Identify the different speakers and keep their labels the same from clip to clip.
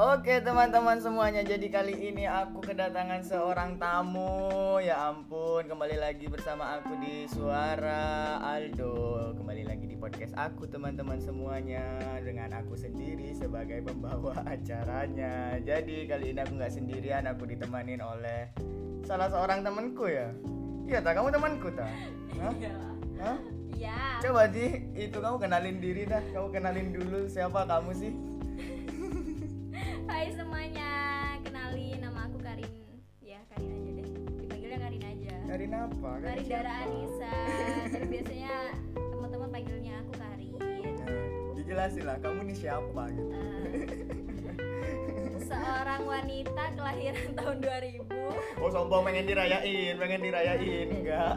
Speaker 1: Oke teman-teman semuanya, jadi kali ini aku kedatangan seorang tamu. Ya ampun, kembali lagi bersama aku di Suara Aldo. Kembali lagi di podcast aku teman-teman semuanya, dengan aku sendiri sebagai pembawa acaranya. Jadi kali ini aku gak sendirian, aku ditemanin oleh salah seorang temanku ya. Iya tak, kamu temanku tak? Hah?
Speaker 2: Iya.
Speaker 1: Coba itu kamu kenalin diri dah. Kamu kenalin dulu siapa kamu sih?
Speaker 2: Hai semuanya, kenalin nama aku Karin. Ya Karin aja deh, dipanggilnya Karin aja.
Speaker 1: Karin apa?
Speaker 2: Karin Dara Anissa. Tapi biasanya teman-teman panggilnya aku Karin.
Speaker 1: Dijelasin lah, kamu nih siapa gitu.
Speaker 2: Seorang wanita kelahiran tahun 2000.
Speaker 1: Oh sombong, pengen dirayain enggak?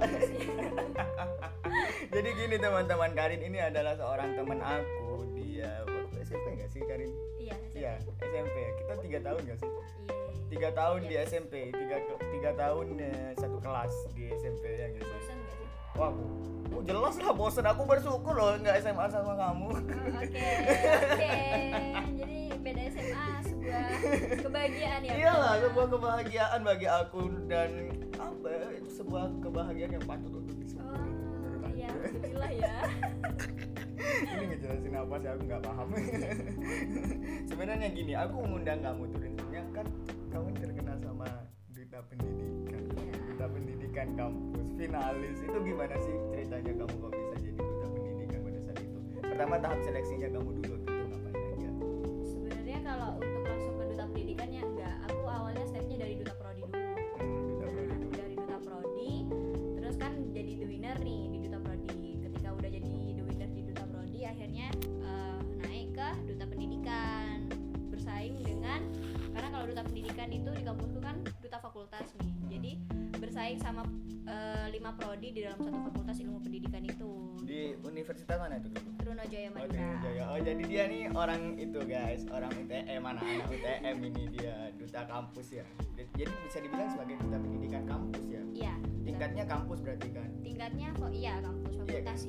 Speaker 1: Jadi gini teman-teman, Karin ini adalah seorang teman aku. Dia waktu SMP nggak sih Karin? Iya SMP. Kita 3 tahun nggak sih?
Speaker 2: Iya.
Speaker 1: 3 tahun di SMP, 3 tahun satu kelas di SMP ya gitu.
Speaker 2: Bosan nggak sih?
Speaker 1: Wah, jelas lah bosan. Aku bersyukur loh nggak SMA sama kamu.
Speaker 2: Oke. Jadi beda SMA sebuah kebahagiaan ya.
Speaker 1: Iyalah, sebuah kebahagiaan bagi aku dan apa ya, itu sebuah kebahagiaan yang patut untuk disyukuri.
Speaker 2: Iya, alhamdulillah ya.
Speaker 1: Ini ngejelasin apa sih, aku nggak paham. Sebenarnya gini, aku mengundang kamu tuh intinya kan kamu terkenal sama duta pendidikan. Duta pendidikan kampus finalis. Itu gimana sih ceritanya kamu kok bisa jadi duta pendidikan pada saat itu? Pertama tahap seleksinya kamu dulu waktu itu ngapain aja?
Speaker 2: Sebenarnya kalau untuk langsung ke duta pendidikannya enggak. Aku awalnya stepnya dari duta prodi dulu. Dari duta prodi, terus kan jadi the winner nih di duta prodi. Ketika udah jadi the winner di duta prodi, akhirnya naik ke duta pendidikan, bersaing dengan, karena kalau duta pendidikan itu di kampusku kan duta fakultas nih, jadi bersaing sama 5 prodi di dalam satu fakultas ilmu pendidikan itu.
Speaker 1: Di universitas mana itu dulu?
Speaker 2: Trunajaya
Speaker 1: Oh,
Speaker 2: Madura.
Speaker 1: Trunajaya. Oh, jadi dia nih orang itu guys, orang UTM, anak-anak UTM ini dia duta kampus ya. Jadi bisa dibilang sebagai duta pendidikan kampus ya.
Speaker 2: Iya.
Speaker 1: Tingkatnya kampus berarti kan?
Speaker 2: Tingkatnya iya kampus
Speaker 1: Iya
Speaker 2: fakultas
Speaker 1: kan?
Speaker 2: sih.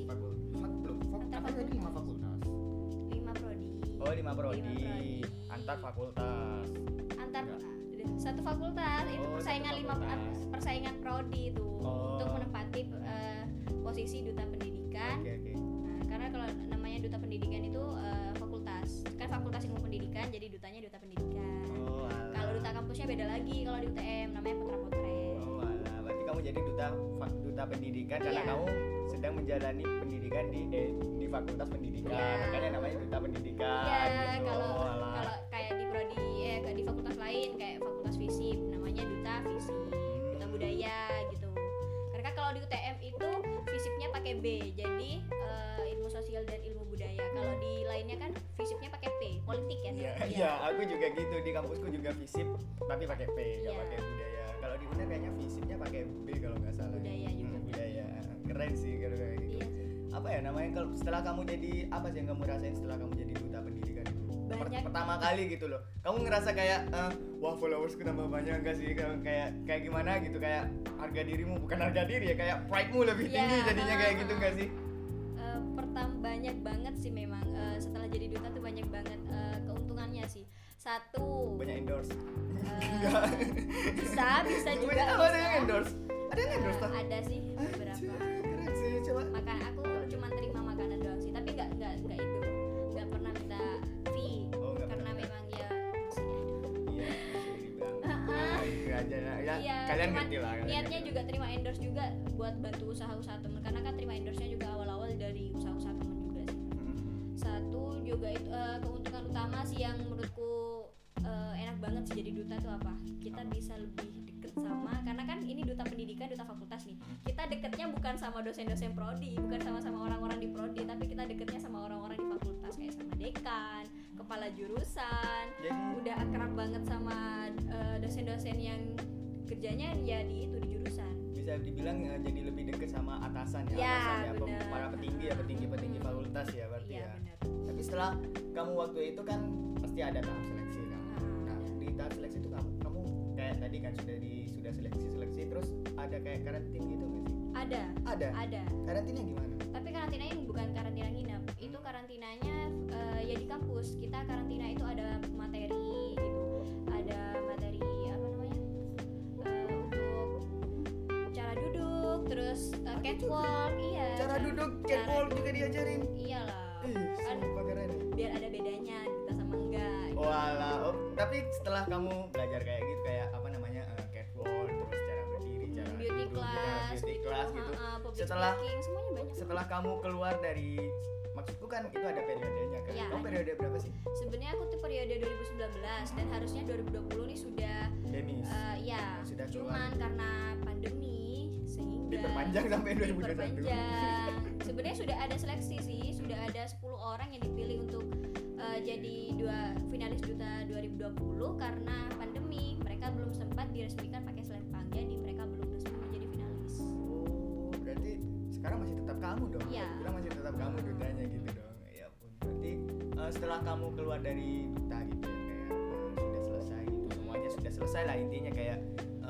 Speaker 2: Antar
Speaker 1: Apa tadi 5 fakultas?
Speaker 2: 5 prodi.
Speaker 1: Oh, 5 prodi.
Speaker 2: Lima prodi.
Speaker 1: Antar fakultas.
Speaker 2: Antar
Speaker 1: Enggak.
Speaker 2: satu fakultas itu
Speaker 1: Oh,
Speaker 2: persaingan
Speaker 1: satu
Speaker 2: 5
Speaker 1: fakultas.
Speaker 2: persaingan prodi itu
Speaker 1: Oh.
Speaker 2: untuk menempati posisi duta pendidikan.
Speaker 1: Oke.
Speaker 2: Nah, karena kalau namanya duta pendidikan itu fakultas kan fakultas ilmu pendidikan, jadi dutanya duta pendidikan.
Speaker 1: Oh, alah.
Speaker 2: Kalau duta kampusnya beda lagi, kalau di UTM namanya putra-putri.
Speaker 1: Oh, alah. Berarti kamu jadi duta pendidikan karena
Speaker 2: Iya.
Speaker 1: kamu sedang menjalani pendidikan di fakultas pendidikan.
Speaker 2: Iya.
Speaker 1: Makanya namanya duta pendidikan
Speaker 2: Iya,
Speaker 1: gitu.
Speaker 2: kalau
Speaker 1: Oh, alah.
Speaker 2: kalau kayak di prodi di fakultas lain kayak fakultas FISIP namanya duta FISIP, duta budaya gitu. Karena kalau di UTM itu FISIP-nya pakai B, jadi ilmu sosial dan ilmu budaya. Kalau di lainnya kan FISIP-nya pakai P, politik ya.
Speaker 1: Iya, aku juga gitu, di kampusku juga FISIP tapi pakai P, nggak
Speaker 2: Iya.
Speaker 1: pakai budaya. Kalau di UNER kayaknya FISIP-nya pakai B kalau nggak salah.
Speaker 2: Budaya juga.
Speaker 1: Budaya. Keren sih kalau kayak gitu.
Speaker 2: Iya sih.
Speaker 1: Apa ya namanya, kalau setelah kamu jadi apa sih yang kamu rasain setelah kamu jadi duta pendidikan itu?
Speaker 2: Banyak.
Speaker 1: Pertama kali gitu loh. Kamu ngerasa kayak wah followersku tambah banyak enggak sih? Kayak gimana gitu, kayak harga dirimu, bukan harga diri ya, kayak pride-mu lebih
Speaker 2: Iya,
Speaker 1: tinggi jadinya kayak gitu enggak sih?
Speaker 2: Pertama banyak banget sih memang setelah jadi duta tuh banyak banget keuntungannya sih. Satu,
Speaker 1: Banyak endorse.
Speaker 2: bisa juga
Speaker 1: Ada yang
Speaker 2: bisa.
Speaker 1: endorse. Ada yang endorse tuh.
Speaker 2: Ada sih beberapa.
Speaker 1: Keren sih, coba.
Speaker 2: Makan aku cuma terima makanan doang sih, tapi nggak itu, nggak pernah minta fee.
Speaker 1: Oh, nggak
Speaker 2: Karena
Speaker 1: pernah.
Speaker 2: memang ya maksudnya
Speaker 1: Iya, bisa dibilang. Nah, itu aja ya.
Speaker 2: iya,
Speaker 1: Kalian
Speaker 2: cuman
Speaker 1: ngerti lah. kalian
Speaker 2: niatnya
Speaker 1: ngerti.
Speaker 2: juga terima endorse juga buat bantu usaha-usaha temen, karena kan terima endorse-nya juga awal-awal dari usaha-usaha temen juga sih. Satu juga itu keuntungan utama sih yang menurutku enak banget sih jadi duta tuh apa? Kita bisa lebih deket sama, karena kan ini duta pendidikan, duta fakultas nih. Kita deketnya bukan sama dosen-dosen prodi, bukan sama orang-orang di prodi, tapi kita deketnya sama orang-orang di fakultas, kayak sama dekan, kepala jurusan.
Speaker 1: Jadi
Speaker 2: Udah akrab banget sama dosen-dosen yang kerjanya ya di jurusan.
Speaker 1: bisa dibilang jadi lebih dekat sama atasan ya,
Speaker 2: Ya,
Speaker 1: atasan ya,
Speaker 2: bener.
Speaker 1: para petinggi ya, petinggi fakultas ya berarti
Speaker 2: Iya
Speaker 1: ya.
Speaker 2: benar.
Speaker 1: Tapi setelah kamu waktu itu kan pasti ada tahap seleksi kan. Nah, di tahap seleksi itu kamu kayak tadi kan sudah seleksi terus ada kayak karantina gitu nggak sih? Ada. Karantina gimana?
Speaker 2: Tapi karantinanya bukan karantina nginep, itu karantinanya ya di kampus. Kita karantina itu ada materi gitu ada materi apa namanya untuk cara duduk, terus catwalk. Iya,
Speaker 1: Cara duduk catwalk juga diajarin.
Speaker 2: Iyalah, kan
Speaker 1: Sumpah keren.
Speaker 2: biar ada bedanya duta sama enggak gitu.
Speaker 1: Walah, tapi setelah kamu belajar kayak gitu, kayak apa namanya catwalk, terus cara berdiri, cara
Speaker 2: Beauty
Speaker 1: duduk,
Speaker 2: class
Speaker 1: beauty
Speaker 2: gitu,
Speaker 1: class gitu.
Speaker 2: public
Speaker 1: Setelah
Speaker 2: speaking, semuanya banyak.
Speaker 1: setelah kamu keluar dari, maksudku kan itu ada periodenya kan.
Speaker 2: Iya,
Speaker 1: Kamu
Speaker 2: ada.
Speaker 1: periode berapa sih?
Speaker 2: Sebenarnya aku tuh periode 2019 dan harusnya 2020 nih sudah
Speaker 1: Demis.
Speaker 2: ya,
Speaker 1: Sudah keluar.
Speaker 2: cuman karena pandemi sehingga
Speaker 1: Diperpanjang sampai 2021.
Speaker 2: diperpanjang. Sebenarnya sudah ada seleksi sih, sudah ada 10 orang yang dipilih untuk jadi finalis duta 2020 karena pandemi. Mereka belum sempat diresmikan pakai selektang, jadi mereka belum resmi menjadi finalis.
Speaker 1: Oh, berarti sekarang masih tetap kamu dong?
Speaker 2: Iya.
Speaker 1: Bilang masih tetap kamu dutanya gitu dong. Ya ampun. Berarti setelah kamu keluar dari duta gitu ya, kayak sudah selesai gitu, semuanya sudah selesai lah intinya, kayak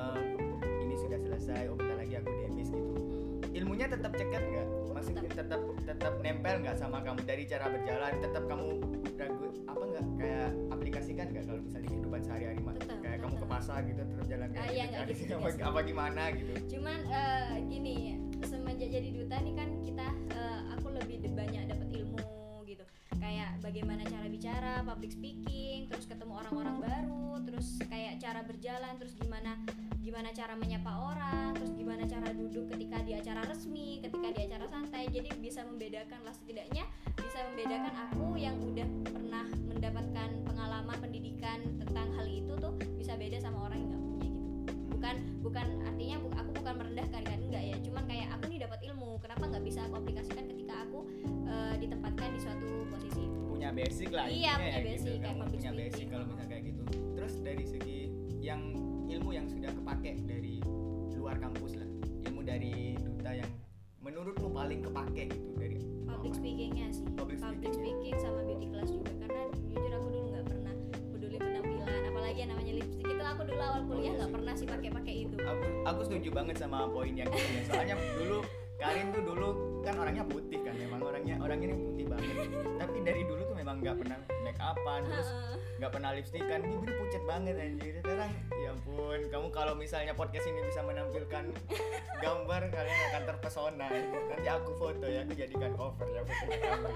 Speaker 1: ini sudah selesai, oh bentar lagi aku demis gitu. Ilmunya tetap cekat nggak? Maksudnya tetap nempel nggak sama kamu dari cara berjalan? Tetap kamu ragu apa nggak? Kayak aplikasikan nggak kalau misalnya di kehidupan sehari-hari kayak kamu ke pasar gitu tetap jalan kayak
Speaker 2: Iya,
Speaker 1: gitu,
Speaker 2: nggak
Speaker 1: kan?
Speaker 2: gitu juga
Speaker 1: apa gimana gitu?
Speaker 2: Cuman gini, semenjak jadi duta nih kan aku lebih banyak dapat ilmu gitu, kayak bagaimana cara bicara, public speaking, terus ketemu orang-orang baru, terus kayak cara berjalan, terus gimana cara menyapa orang, terus gimana cara duduk ketika di acara resmi, ketika di acara santai. Jadi bisa membedakan lah, setidaknya bisa membedakan aku yang udah pernah mendapatkan pengalaman pendidikan tentang hal itu tuh bisa beda sama orang yang nggak punya gitu. Bukan artinya aku bukan merendahkan kan, enggak ya, cuman kayak aku nih dapat ilmu, kenapa nggak bisa aku aplikasikan ketika aku ditempatkan di suatu posisi itu.
Speaker 1: Punya basic lah.
Speaker 2: Iya,
Speaker 1: intinya
Speaker 2: punya
Speaker 1: ya
Speaker 2: basic,
Speaker 1: gitu.
Speaker 2: kayak
Speaker 1: Kamu
Speaker 2: public
Speaker 1: punya basic
Speaker 2: speaking.
Speaker 1: kalau misalnya kayak gitu. Terus dari segi yang ilmu yang sudah kepake dari luar kampus lah, ilmu dari duta yang menurutmu paling kepake gitu dari
Speaker 2: Public speakingnya sih,
Speaker 1: Public speaking,
Speaker 2: speaking sama beauty class juga, karena jujur aku dulu nggak pernah peduli penampilan, apalagi yang namanya lipstick itu aku dulu awal kuliah nggak pernah sih pakai itu.
Speaker 1: Aku setuju banget sama poin yang itu ya. Soalnya dulu Karin tuh dulu kan orangnya putih kan, memang orangnya ini putih banget. Tapi dari dulu tuh memang nggak pernah make upan, terus nggak pernah lipstikan, bibir pucet banget anjir. Sekarang ya ampun, kamu kalau misalnya podcast ini bisa menampilkan gambar, kalian akan terpesona. Nanti aku foto ya, aku jadikan cover ya foto kamu.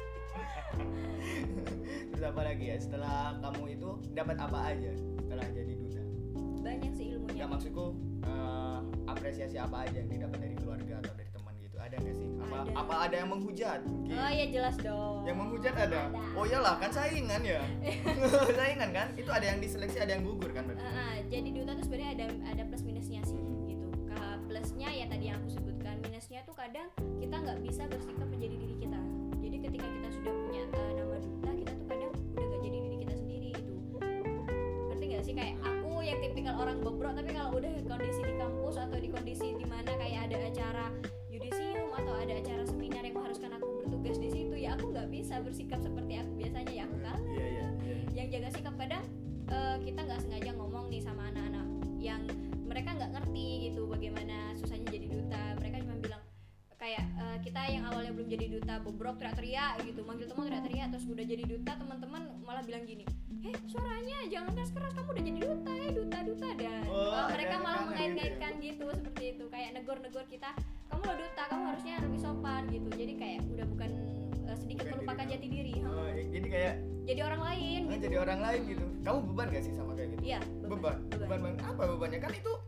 Speaker 1: Terus apa lagi ya, setelah kamu itu dapat apa aja setelah jadi duta?
Speaker 2: Banyak sih ilmunya.
Speaker 1: Ya maksudku apresiasi apa aja yang didapat dari keluarga atau dari teman gitu, ada nggak sih? Apa ada yang menghujat? Mungkin.
Speaker 2: Oh iya jelas dong.
Speaker 1: Yang menghujat ada? Oh iyalah, kan saingan ya. Saingan kan? Itu ada yang diseleksi, ada yang gugur kan berarti.
Speaker 2: Jadi duta tuh sebenarnya ada plus minusnya sih gitu. Plusnya ya tadi yang aku sebutkan, minusnya tuh kadang kita nggak bisa bersikap menjadi diri kita. Jadi ketika kita sudah punya nama duta, kita tuh kadang udah nggak jadi diri kita sendiri gitu. Ngerti nggak sih, kayak aku yang tipikal orang bobrok, tapi kalau udah kondisi di kampus atau di kondisi di mana kayak ada acara yudisium atau ada acara seminar yang mengharuskan aku bertugas di situ, ya aku nggak bisa bersikap seperti aku biasanya, ya aku kalah.
Speaker 1: Iya.
Speaker 2: Yang jaga sikap kadang kita nggak sengaja ngomong nih sama anak-anak yang mereka nggak ngerti gitu bagaimana susahnya jadi duta. Mereka cuma bilang kayak kita yang awalnya belum jadi duta bobrok teriak-teriak gitu, manggil teman teriak-teriak, terus udah jadi duta teman-teman malah bilang gini, suaranya jangan keras-keras, kamu udah jadi duta duta dan mereka malah mengait-ngaitkan gitu seperti itu, kayak negor-negor kita, kamu lo duta, kamu harusnya lebih sopan gitu. Jadi kayak udah bukan sedikit melupakan jati diri.
Speaker 1: Jadi kayak
Speaker 2: Jadi orang lain gitu.
Speaker 1: jadi orang lain gitu. Kamu beban gak sih sama kayak gitu?
Speaker 2: Iya,
Speaker 1: Beban banget. Apa bebannya? Kan itu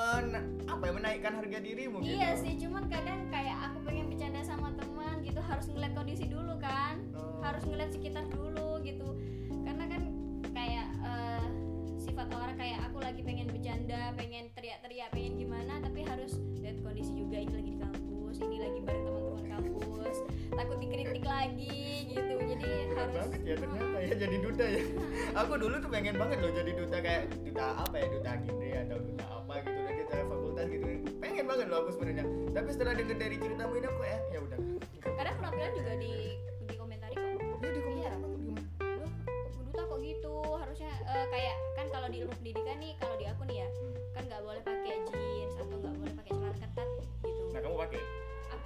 Speaker 1: menaikkan harga dirimu gitu.
Speaker 2: Iya sih, cuman kadang kayak aku pengen bercanda sama teman gitu, harus ngeliat kondisi dulu kan, harus ngeliat sekitar dulu gitu, karena kan kayak sifat orang kayak aku lagi pengen bercanda, pengen teriak-teriak, pengen gimana, tapi harus lihat kondisi juga, ini lagi di kampus, ini lagi bareng teman-teman kampus, takut dikritik lagi gitu, jadi harus
Speaker 1: banget ya ternyata ya jadi duta ya. Aku dulu tuh pengen banget loh jadi duta, kayak duta apa ya, duta genre atau duta apa gitu, dan duta fakultas gitu, pengen banget loh aku sebenarnya. Tapi setelah denger dari ceritamu ini aku ya udah.
Speaker 2: kadang penampilan juga di komentari kok.
Speaker 1: Ya di komentar
Speaker 2: Iya.
Speaker 1: emang gimana?
Speaker 2: Loh, duta kok gitu, harusnya kayak kan kalau di ilmu pendidikan nih, kalau di aku nih ya, kan nggak boleh pakai jeans atau nggak boleh pakai celana ketat gitu.
Speaker 1: Nah kamu pakai?
Speaker 2: Aku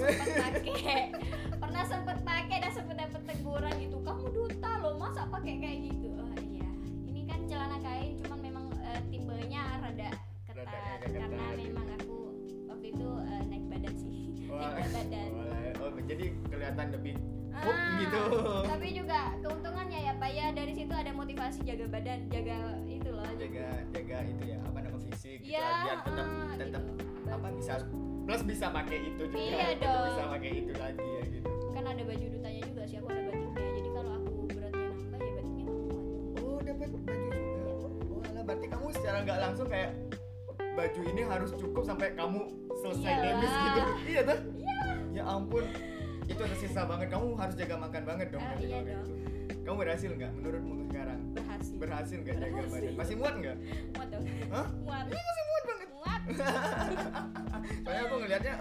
Speaker 2: pernah sempet pakai dan sempet dapet teguran gitu, kamu duta loh masa pakai kayak gitu. Oh iya, ini kan celana kain, cuman memang tipenya rada ketat, karena memang aku waktu itu naik badan sih. Naik badan.
Speaker 1: Oh, jadi kelihatan lebih gitu.
Speaker 2: Tapi juga keuntungannya ya Pak ya, dari situ ada motivasi jaga badan, jaga itu loh.
Speaker 1: Jaga itu ya, apa nama fisik gitu
Speaker 2: Ya,
Speaker 1: biar tetap
Speaker 2: gitu.
Speaker 1: apa bisa plus bisa pakai itu juga.
Speaker 2: Iya
Speaker 1: tetap
Speaker 2: dong.
Speaker 1: bisa pakai itu lagi ya gitu.
Speaker 2: Kan ada baju dutanya juga sih, aku ada batiknya. Jadi kalau aku beratnya nambah ya batiknya nggak muat.
Speaker 1: Oh, dapat baju juga. Oh, alah, berarti kamu secara nggak langsung kayak baju ini harus cukup sampai kamu selesai
Speaker 2: Iyalah.
Speaker 1: demis gitu. Iya tuh.
Speaker 2: Iya.
Speaker 1: Ya ampun. Itu tersisa banget. Kamu harus jaga makan banget dong.
Speaker 2: Ah,
Speaker 1: berarti
Speaker 2: iya
Speaker 1: kalau kayak
Speaker 2: dong.
Speaker 1: gitu. Kamu berhasil nggak menurutmu sekarang?
Speaker 2: Berhasil
Speaker 1: Nggak jaga
Speaker 2: Berhasil.
Speaker 1: badan? Masih muat nggak?
Speaker 2: Muat dong.
Speaker 1: Hah?
Speaker 2: Muat.
Speaker 1: Ini masih muat banget.
Speaker 2: Muat.
Speaker 1: Soalnya aku ngelihatnya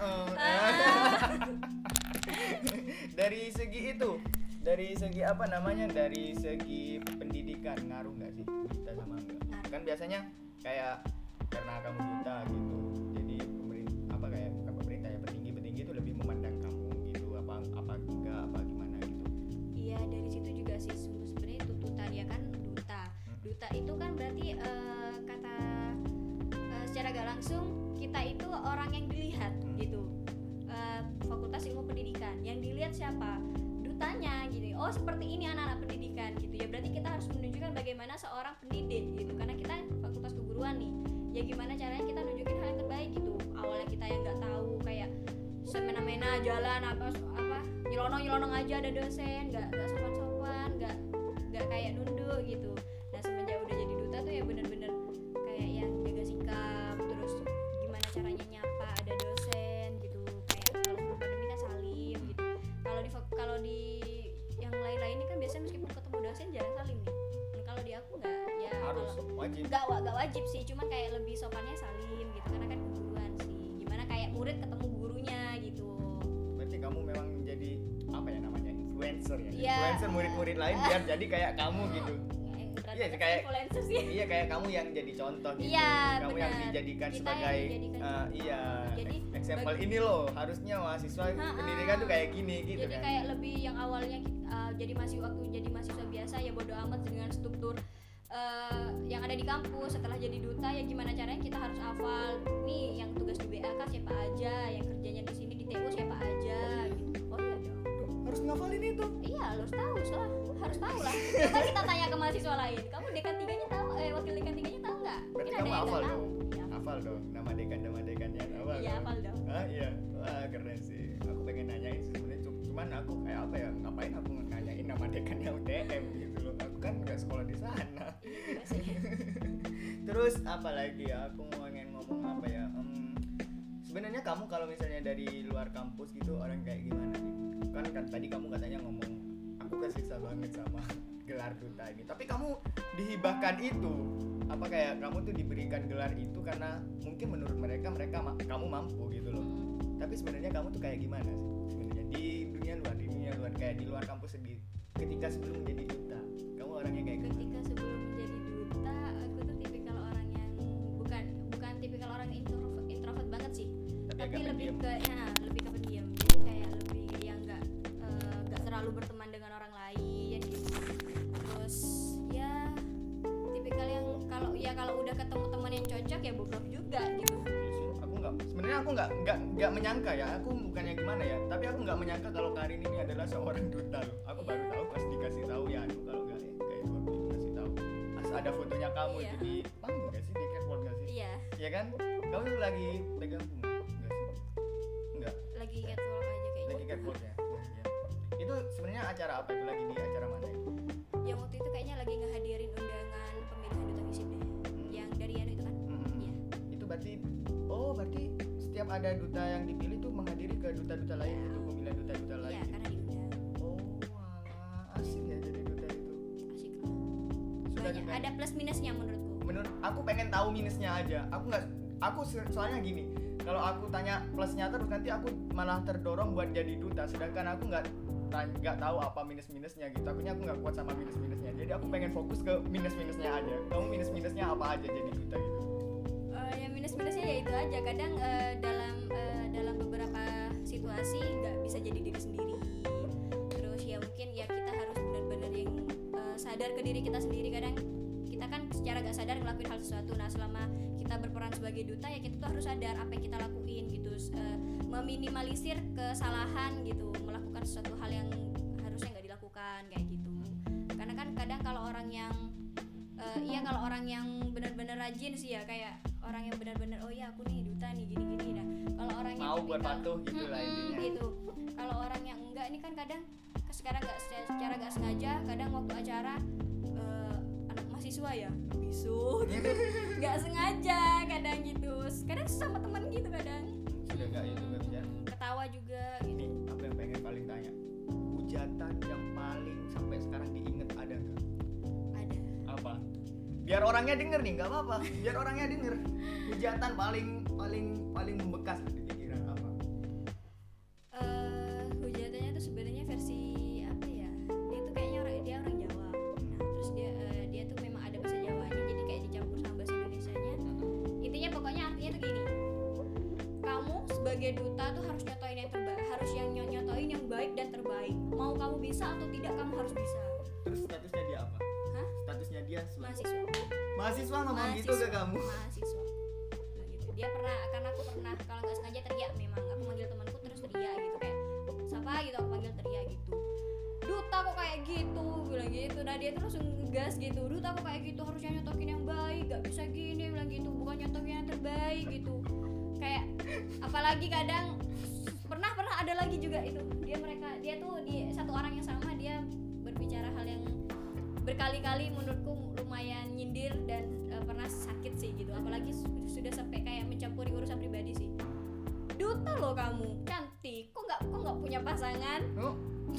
Speaker 1: dari segi itu, dari segi apa namanya, dari segi pendidikan ngaruh nggak sih kita sama enggak? Kan biasanya kayak karena kamu duta gitu, jadi pemerintah apa kayak bukan pemerintah ya, petinggi itu lebih memandang kamu gitu, apa enggak apa gimana gitu.
Speaker 2: Iya, dari situ juga sih sebenarnya tuntutan ya kan, duta itu kan berarti kata secara gak langsung kita itu orang yang dilihat gitu. Fakultas Ilmu Pendidikan yang dilihat siapa? Dutanya gitu. Oh, seperti ini anak-anak pendidikan gitu ya, berarti kita harus menunjukkan bagaimana seorang pendidik gitu, karena kita fakultas keguruan nih ya, gimana caranya kita nunjukin hal yang terbaik gitu. Awalnya kita yang nggak tahu, kayak semena-mena jalan apa nyelonong aja ada dosen, nggak sopan-sopan, nggak kayak nunduk gitu. Nah semenjak udah jadi duta tuh ya bener-bener kayak yang jaga sikap, terus gimana caranya nyapa ada dosen gitu, kayak kalau sebelum pandemi kan salim gitu. Kalau di yang lain-lain ini kan biasanya meskipun ketemu dosen jarang salim nih. Kalau di aku nggak, ya
Speaker 1: Harus
Speaker 2: kalau
Speaker 1: wajib.
Speaker 2: nggak wajib sih, cuman kayak lebih sopannya salim gitu, karena kan keguruan sih. Gimana kayak murid ketemu gurunya gitu.
Speaker 1: Berarti kamu memang menjadi apa ya namanya, influencer ya?
Speaker 2: Iya.
Speaker 1: Influencer murid-murid lain biar jadi kayak kamu gitu. Iya,
Speaker 2: Iya,
Speaker 1: kayak-
Speaker 2: influencer sih.
Speaker 1: Iya, kayak kamu yang jadi contoh gitu.
Speaker 2: Iya,
Speaker 1: Kamu yang
Speaker 2: benar.
Speaker 1: dijadikan
Speaker 2: Kita
Speaker 1: sebagai
Speaker 2: yang dijadikan
Speaker 1: iya,
Speaker 2: Jadi,
Speaker 1: example ini loh, harusnya mahasiswa pendidikan tuh kayak gini gitu
Speaker 2: jadi
Speaker 1: kan.
Speaker 2: kayak lebih yang awalnya jadi mahasiswa biasa ya bodo amat dengan struktur yang ada di kampus. Setelah jadi duta ya gimana caranya kita harus hafal nih yang tugas di BAK siapa aja, yang kerjanya di sini di TU siapa aja gitu. Oh iya dong.
Speaker 1: Harus ngafalin itu.
Speaker 2: Iya, lo harus tahu lah. Coba kita tanya ke mahasiswa lain. Kamu dekan 3-nya tahu? Wakil dekan 3-nya tahu nggak?
Speaker 1: Berarti
Speaker 2: Mungkin
Speaker 1: kamu
Speaker 2: ada yang
Speaker 1: hafal
Speaker 2: nggak
Speaker 1: dong.
Speaker 2: tahu. Iya.
Speaker 1: Hafal dong nama dekannya, hafal.
Speaker 2: Iya, hafal dong.
Speaker 1: Ah iya. Wah, keren sih. Aku pengen nanyain sih sebenarnya, cuman aku kayak apa ya, ngapain aku nanyain nama dekannya UTM gitu loh. Aku kan nggak sekolah di sana.
Speaker 2: Iya sih.
Speaker 1: Terus apa lagi ya, aku pengen ngomong apa ya, sebenarnya kamu kalau misalnya dari luar kampus gitu orang kayak gimana sih? Kan tadi kamu katanya ngomong aku kesiksa banget sama gelar duta ini, tapi kamu dihibahkan itu apa, kayak kamu tuh diberikan gelar itu karena mungkin menurut mereka kamu mampu gitu loh. Tapi sebenarnya kamu tuh kayak gimana sih sebenarnya di dunia luar kayak di luar kampus sendiri ketika sebelum menjadi duta? Kamu orangnya kayak gimana?
Speaker 2: Ketika sebelum menjadi duta, aku tuh tipikal orang yang bukan tipikal orang introvert banget sih, tapi lebih ke pendiam. Jadi kayak lebih yang nggak terlalu berteman dengan orang lain gitu. Terus ya tipikal yang kalau udah ketemu teman yang cocok ya bobrok juga gitu.
Speaker 1: Aku nggak menyangka ya, aku bukannya gimana ya, tapi aku nggak menyangka kalau Karin ini adalah seorang duta loh. Aku baru tahu pas dikasih tahu ya, kalau nggak kayak waktu itu kasih tahu ada fotonya kamu
Speaker 2: Iya.
Speaker 1: itu di panggung nggak sih, di catwalk nggak sih?
Speaker 2: Iya,
Speaker 1: Iya kan? Kamu tuh lagi pegang bunga nggak sih? Nggak,
Speaker 2: lagi catwalk aja kayaknya.
Speaker 1: lagi catwalk ya. Iya. Itu sebenarnya acara apa itu, lagi di acara mana itu?
Speaker 2: Yang waktu itu kayaknya lagi ngehadirin undangan pemilihan duta FISIP deh. Yang dari Yanu itu kan? Iya.
Speaker 1: Itu berarti setiap ada duta yang dipilih tuh menghadiri ke duta-duta lain gitu, pemilihan duta-duta lain.
Speaker 2: Iya, karena diundang.
Speaker 1: Oh, alah, asik ya jadi duta itu.
Speaker 2: Asik.
Speaker 1: Sudah
Speaker 2: Banyak,
Speaker 1: juga.
Speaker 2: ada plus minusnya menurutku.
Speaker 1: Menurut aku pengen tahu minusnya aja. Aku soalnya gini, kalau aku tanya plusnya terus nanti aku malah terdorong buat jadi duta, sedangkan aku nggak tahu apa minus-minusnya gitu. Takutnya aku nggak kuat sama minus-minusnya. Jadi aku pengen fokus ke minus-minusnya aja. Kamu minus-minusnya apa aja jadi duta gitu?
Speaker 2: Ya minus-minusnya ya itu aja. Kadang dalam beberapa situasi nggak bisa jadi diri sendiri. Terus ya mungkin ya kita harus benar-benar yang sadar ke diri kita sendiri. Kadang kita kita kan secara gak sadar ngelakuin hal sesuatu. Nah selama kita berperan sebagai duta ya kita tuh harus sadar apa yang kita lakuin gitu, meminimalisir kesalahan gitu, melakukan sesuatu hal yang harusnya nggak dilakukan kayak gitu. Karena kan kadang kalau orang yang kalau orang yang benar-benar rajin sih ya, kayak orang yang benar-benar oh ya aku nih duta nih gini-gini. Nah kalau orang yang
Speaker 1: mau buat patuh gitu lah intinya
Speaker 2: gitu. Kalau orang yang enggak ini kan kadang sekarang nggak secara nggak sengaja, kadang waktu acara anak mahasiswa ya bisu gitu nggak sengaja kadang gitu, kadang sama teman gitu kadang
Speaker 1: sudah nggak itu nggak bisa
Speaker 2: ketawa juga gitu.
Speaker 1: Apa yang pengen paling tanya, hujatan yang paling sampai sekarang diinget ada nggak?
Speaker 2: Ada.
Speaker 1: Apa? Biar orangnya denger nih, nggak apa-apa. Biar orangnya denger. Hujatan paling membekas di pikiran apa?
Speaker 2: Hujatannya tuh sebenarnya versi apa ya? Dia tuh kayaknya dia orang Jawa. Nah, terus dia tuh memang ada bahasa Jawanya, jadi kayak dicampur sama bahasa Indonesianya. Intinya pokoknya artinya tuh gini. Kamu sebagai duta tuh harus nyotoin yang terbaik, harus nyotoin yang baik dan terbaik. Mau kamu bisa atau tidak, kamu harus bisa.
Speaker 1: Terus statusnya dia apa?
Speaker 2: Hah?
Speaker 1: Statusnya dia
Speaker 2: Mahasiswa.
Speaker 1: Mahasiswa ngomong gitu ke kamu?
Speaker 2: Mahasiswa. Bilang gitu. Dia pernah, karena aku pernah kalau nggak sengaja teriak, memang aku manggil temanku terus teriak gitu kayak siapa gitu, aku panggil teriak gitu. Duta kok kayak gitu, bilang gitu. Nah dia tuh langsung ngegas gitu. Duta kok kayak gitu, harusnya nyotokin yang baik, gak bisa gini, bilang gitu. Bukan nyotokin yang terbaik gitu. Kayak apalagi kadang pernah ada lagi juga itu. Dia tuh di satu orang yang sama, dia berbicara hal yang berkali-kali menurutku lumayan nyindir dan pernah sakit sih gitu. Apalagi sudah sampai kayak mencampuri urusan pribadi sih. Duta loh kamu, cantik, kok nggak punya pasangan?
Speaker 1: Oh.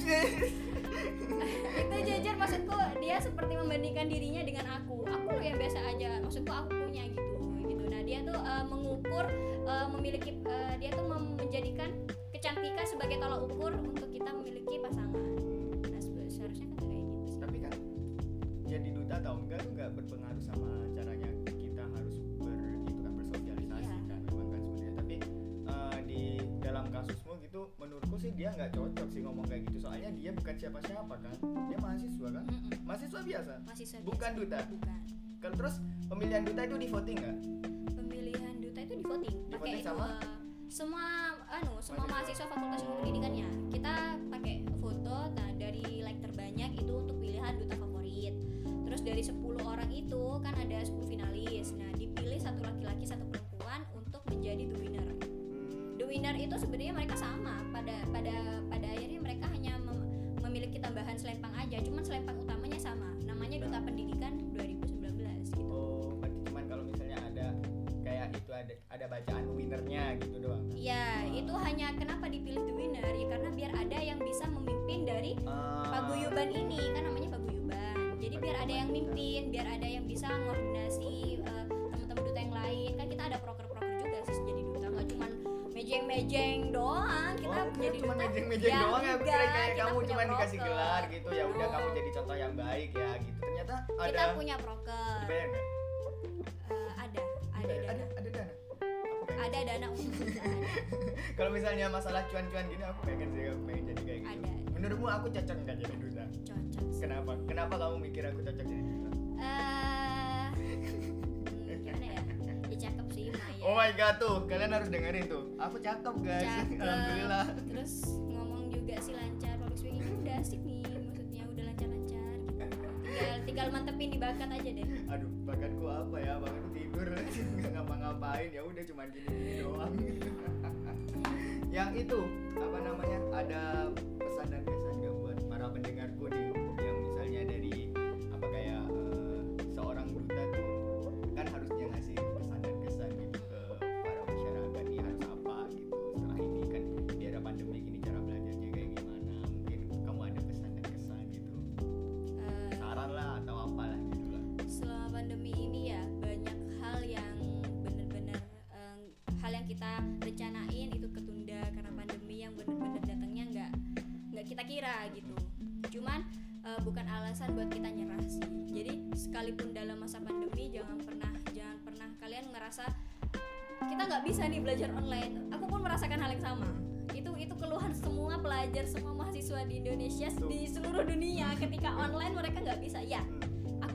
Speaker 2: Itu jujur maksudku, dia seperti membandingkan dirinya dengan aku loh yang biasa aja, maksudku aku punya gitu. Nah dia tuh mengukur, memiliki, dia tuh menjadikan kecantikan sebagai tolak ukur untuk kita memiliki pasangan. Nah seharusnya kan kayak gitu sih.
Speaker 1: Tapi kan jadi duta atau enggak tuh nggak berpengaruh sama caranya kita harus bersosialisasi
Speaker 2: Iya.
Speaker 1: kan, memang kan sebenarnya. Tapi di dalam kasusmu gitu, menurutku sih dia nggak cocok sih ngomong kayak gitu. Soalnya dia bukan siapa-siapa kan, dia mahasiswa kan, mahasiswa biasa,
Speaker 2: Mahasiswa
Speaker 1: bukan
Speaker 2: biasa.
Speaker 1: duta.
Speaker 2: Bukan.
Speaker 1: Kalau terus pemilihan duta itu di voting nggak?
Speaker 2: Pemilihan duta itu di voting.
Speaker 1: Di
Speaker 2: Pakai
Speaker 1: voting
Speaker 2: itu
Speaker 1: sama?
Speaker 2: semua
Speaker 1: Mahasiswa.
Speaker 2: mahasiswa Fakultas Ilmu Pendidikannya. Kita pakai foto, nah dari like terbanyak itu untuk pilihan duta favorit. Terus dari 10 orang itu kan ada 10 finalis. Nah, dipilih satu laki-laki, satu perempuan untuk menjadi the winner. The winner itu sebenarnya mereka sama. Pada akhirnya mereka hanya memiliki tambahan selempang aja, cuman selempang utamanya sama. Namanya Duta Pendidikan 2019 gitu.
Speaker 1: Oh, berarti cuman kalau misalnya ada kayak itu ada bacaan winnernya gitu doang.
Speaker 2: Iya, itu hanya kenapa dipilih the winner ya karena biar ada yang bisa memimpin dari paguyuban ini, kan namanya paguyuban. Jadi biar ada yang mimpin, biar ada yang bisa koordinasi teman-teman duta yang lain. Kan kita ada proker-proker juga sih jadi duta, nggak cuma mejeng-mejeng doang. Kita jadi
Speaker 1: cuma
Speaker 2: duta.
Speaker 1: mejeng-mejeng
Speaker 2: Ya,
Speaker 1: doang ya, aku
Speaker 2: enggak,
Speaker 1: kira kayak
Speaker 2: kita
Speaker 1: kamu
Speaker 2: punya
Speaker 1: cuma dikasih
Speaker 2: proker.
Speaker 1: gelar gitu ya udah
Speaker 2: No.
Speaker 1: kamu jadi contoh yang baik ya gitu. Ternyata ada
Speaker 2: Kita punya proker.
Speaker 1: dibayar nggak?
Speaker 2: Ada
Speaker 1: Dibayar?
Speaker 2: dana.
Speaker 1: Ada dana. Aku pengen.
Speaker 2: Ada dana untuk duta.
Speaker 1: Kalau misalnya masalah cuan-cuan gini aku pengen sih, aku pengen jadi kayak gitu.
Speaker 2: Ada.
Speaker 1: Menurutmu aku cocok nggak jadi duta?
Speaker 2: Cocok.
Speaker 1: Kenapa? Kenapa kamu mikir aku cocok jadi duta?
Speaker 2: Gimana ya? Ya cakep sih Maya.
Speaker 1: Oh my god tuh, kalian harus dengerin tuh. Aku cakep guys.
Speaker 2: Cakep.
Speaker 1: Alhamdulillah.
Speaker 2: Terus ngomong juga sih lancar, public speaking udah asik nih, maksudnya udah lancar-lancar gitu. Tinggal mantepin di bakat aja deh.
Speaker 1: Aduh, bakatku apa ya? Bakatku tidur, nggak ngapa-ngapain. Ya udah cuma gini-gini doang. Yang itu apa namanya? Ada pesan dan kesan nggak buat para pendengarku nih? Yang misalnya dari apa kayak seorang duta tuh kan harusnya ngasih pesan dan kesan gitu ke para masyarakat nih harus apa gitu setelah ini kan di era pandemi gini cara belajarnya kayak gimana? Mungkin kamu ada pesan dan kesan gitu, saran lah atau apalah gitu lah.
Speaker 2: Selama pandemi ini ya banyak hal yang benar-benar hal yang kita rencanain itu ketunda karena pandemi yang benar-benar datangnya nggak kita kira gitu. Cuman bukan alasan buat kita nyerah sih. Jadi sekalipun dalam masa pandemi jangan pernah kalian ngerasa kita nggak bisa nih belajar online. Aku pun merasakan hal yang sama. Itu keluhan semua pelajar, semua mahasiswa di Indonesia, di seluruh dunia. Ketika online mereka nggak bisa. Ya, aku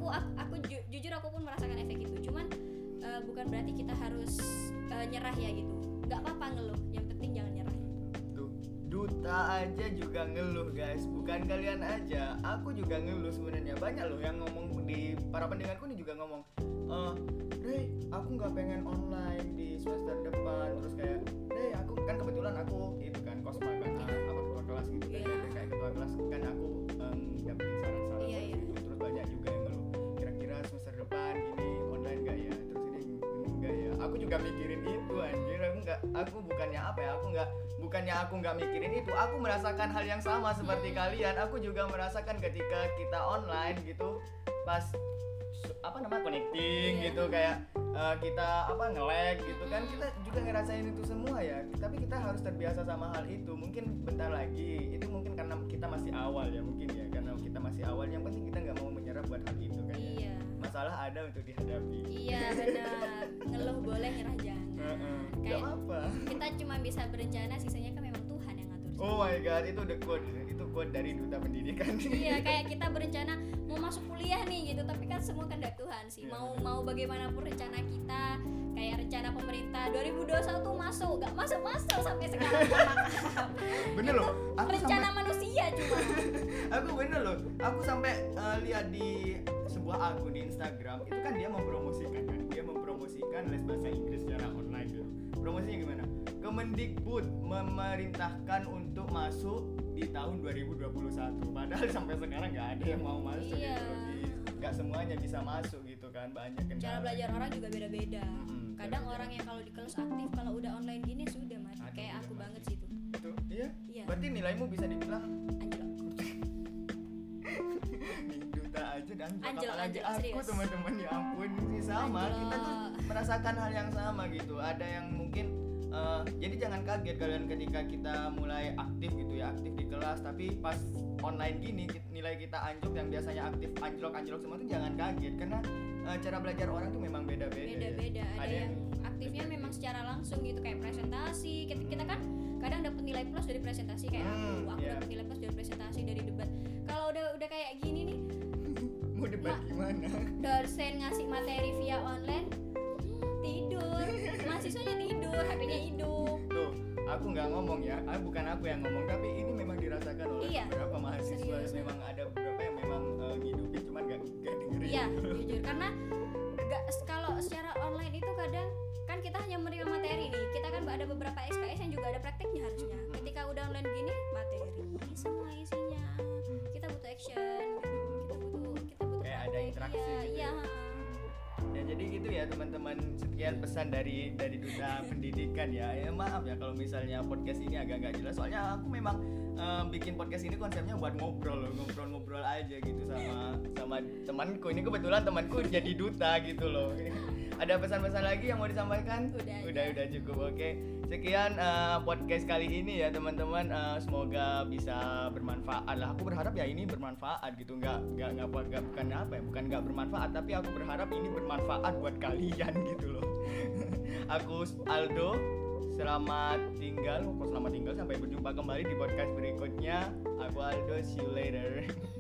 Speaker 2: jujur aku pun merasakan efek itu. Cuman bukan berarti kita harus nyerah ya gitu. Nggak apa-apa ngeluh, yang penting jangan nyerah.
Speaker 1: Tuh, duta aja juga ngeluh guys, bukan kalian aja, aku juga ngeluh sebenarnya. Banyak loh yang ngomong, di para pendengarku nih juga ngomong, Rey, aku nggak pengen online di semester depan. Terus kayak, Rey, aku kan kebetulan aku itu kan kosma kan, apa ketua kelas gitu kan, kayak ketua kelas kan aku dapetin saran-saran gitu. Terus banyak juga yang ngeluh, kira-kira semester depan ini online nggak ya, terus ini nggak ya. Aku juga mikirin itu anjir, aku bukannya apa ya, bukannya aku nggak mikirin itu, aku merasakan hal yang sama seperti kalian. Aku juga merasakan ketika kita online gitu, pas connecting gitu, kayak kita nge-lag gitu kan, kita juga ngerasain itu semua ya. Tapi kita harus terbiasa sama hal itu. Mungkin bentar lagi, itu mungkin karena kita masih awal ya, mungkin ya, karena kita masih awal. Yang penting kita nggak mau menyerah buat hal itu kan.
Speaker 2: Iya.
Speaker 1: Masalah ada untuk dihadapi.
Speaker 2: Iya benar. Ngeluh boleh, nyerah jangan.
Speaker 1: Gak apa.
Speaker 2: Kita cuma bisa berencana, sisanya kan memang Tuhan yang ngatur.
Speaker 1: Oh my god, itu the quote. Itu quote dari duta pendidikan.
Speaker 2: Iya, kayak kita berencana mau masuk kuliah nih gitu, tapi kan semua kan dari Tuhan sih. Mau bagaimanapun rencana kita, kayak rencana pemerintah 2021 masuk, gak masuk sampai sekarang.
Speaker 1: Bener loh.
Speaker 2: Rencana manusia cuma.
Speaker 1: Aku bener loh. Aku sampai lihat di sebuah akun di Instagram, itu kan dia mempromosikan les bahasa Inggris secara online gitu. Promosinya gimana? Kemendikbud memerintahkan untuk masuk di tahun 2021. Padahal sampai sekarang nggak ada yang mau masuk gitu. Nggak semuanya bisa masuk gitu kan, banyak kendala.
Speaker 2: Cara belajar orang juga beda-beda. Kadang orang yang kalau di kelas aktif, kalau udah online gini sudah mati. Kayak aku banget sih itu.
Speaker 1: Itu iya. Berarti nilaimu bisa dibilang
Speaker 2: anjlok.
Speaker 1: Duta aja dan
Speaker 2: anjlok,
Speaker 1: aku
Speaker 2: serius.
Speaker 1: Teman-teman, ya ampun, sih sama. Kita tuh merasakan hal yang sama gitu. Ada yang mungkin jadi jangan kaget kalian ketika kita mulai aktif gitu ya, aktif di kelas, tapi pas online gini nilai kita anjlok. Yang biasanya aktif anjlok semua tuh jangan kaget, karena cara belajar orang tuh memang beda-beda.
Speaker 2: Ya. Ada yang aktifnya memang secara langsung gitu, kayak presentasi. Kita kan kadang dapat nilai plus dari presentasi, kayak aku dapat nilai plus dari presentasi, dari debat. Kalau udah kayak gini nih,
Speaker 1: mau debat gimana?
Speaker 2: Dosen ngasih materi via online, tidur, mahasiswanya tidur, HP-nya hidup.
Speaker 1: Tuh, aku nggak ngomong ya, bukan aku yang ngomong, tapi ini memang dirasakan oleh beberapa mahasiswa. Serius. Memang ada beberapa yang memang ngidupin, cuman nggak dengerin.
Speaker 2: Iya, jujur, karena kalau secara online itu kadang kan kita hanya menerima materi nih, kita kan ada beberapa SKS yang juga ada prakteknya harusnya. Ketika udah online gini, materi semua isinya, kita butuh action, kita butuh
Speaker 1: kayak ada interaksi gitu.
Speaker 2: Iya.
Speaker 1: Ya jadi gitu ya teman-teman, sekian pesan dari duta pendidikan ya. Maaf ya kalau misalnya podcast ini agak nggak jelas, soalnya aku memang bikin podcast ini konsepnya buat ngobrol aja gitu sama temanku. Ini kebetulan temanku jadi duta gitu loh. Ada pesan-pesan lagi yang mau disampaikan? Udah cukup. Oke. Sekian podcast kali ini ya teman-teman. Semoga bisa bermanfaat lah. Aku berharap ya ini bermanfaat gitu. Bukan nggak bermanfaat, tapi aku berharap ini bermanfaat buat kalian gitu loh. Aku Aldo. Selamat tinggal sampai berjumpa kembali di podcast berikutnya. Aku Aldo, see you later.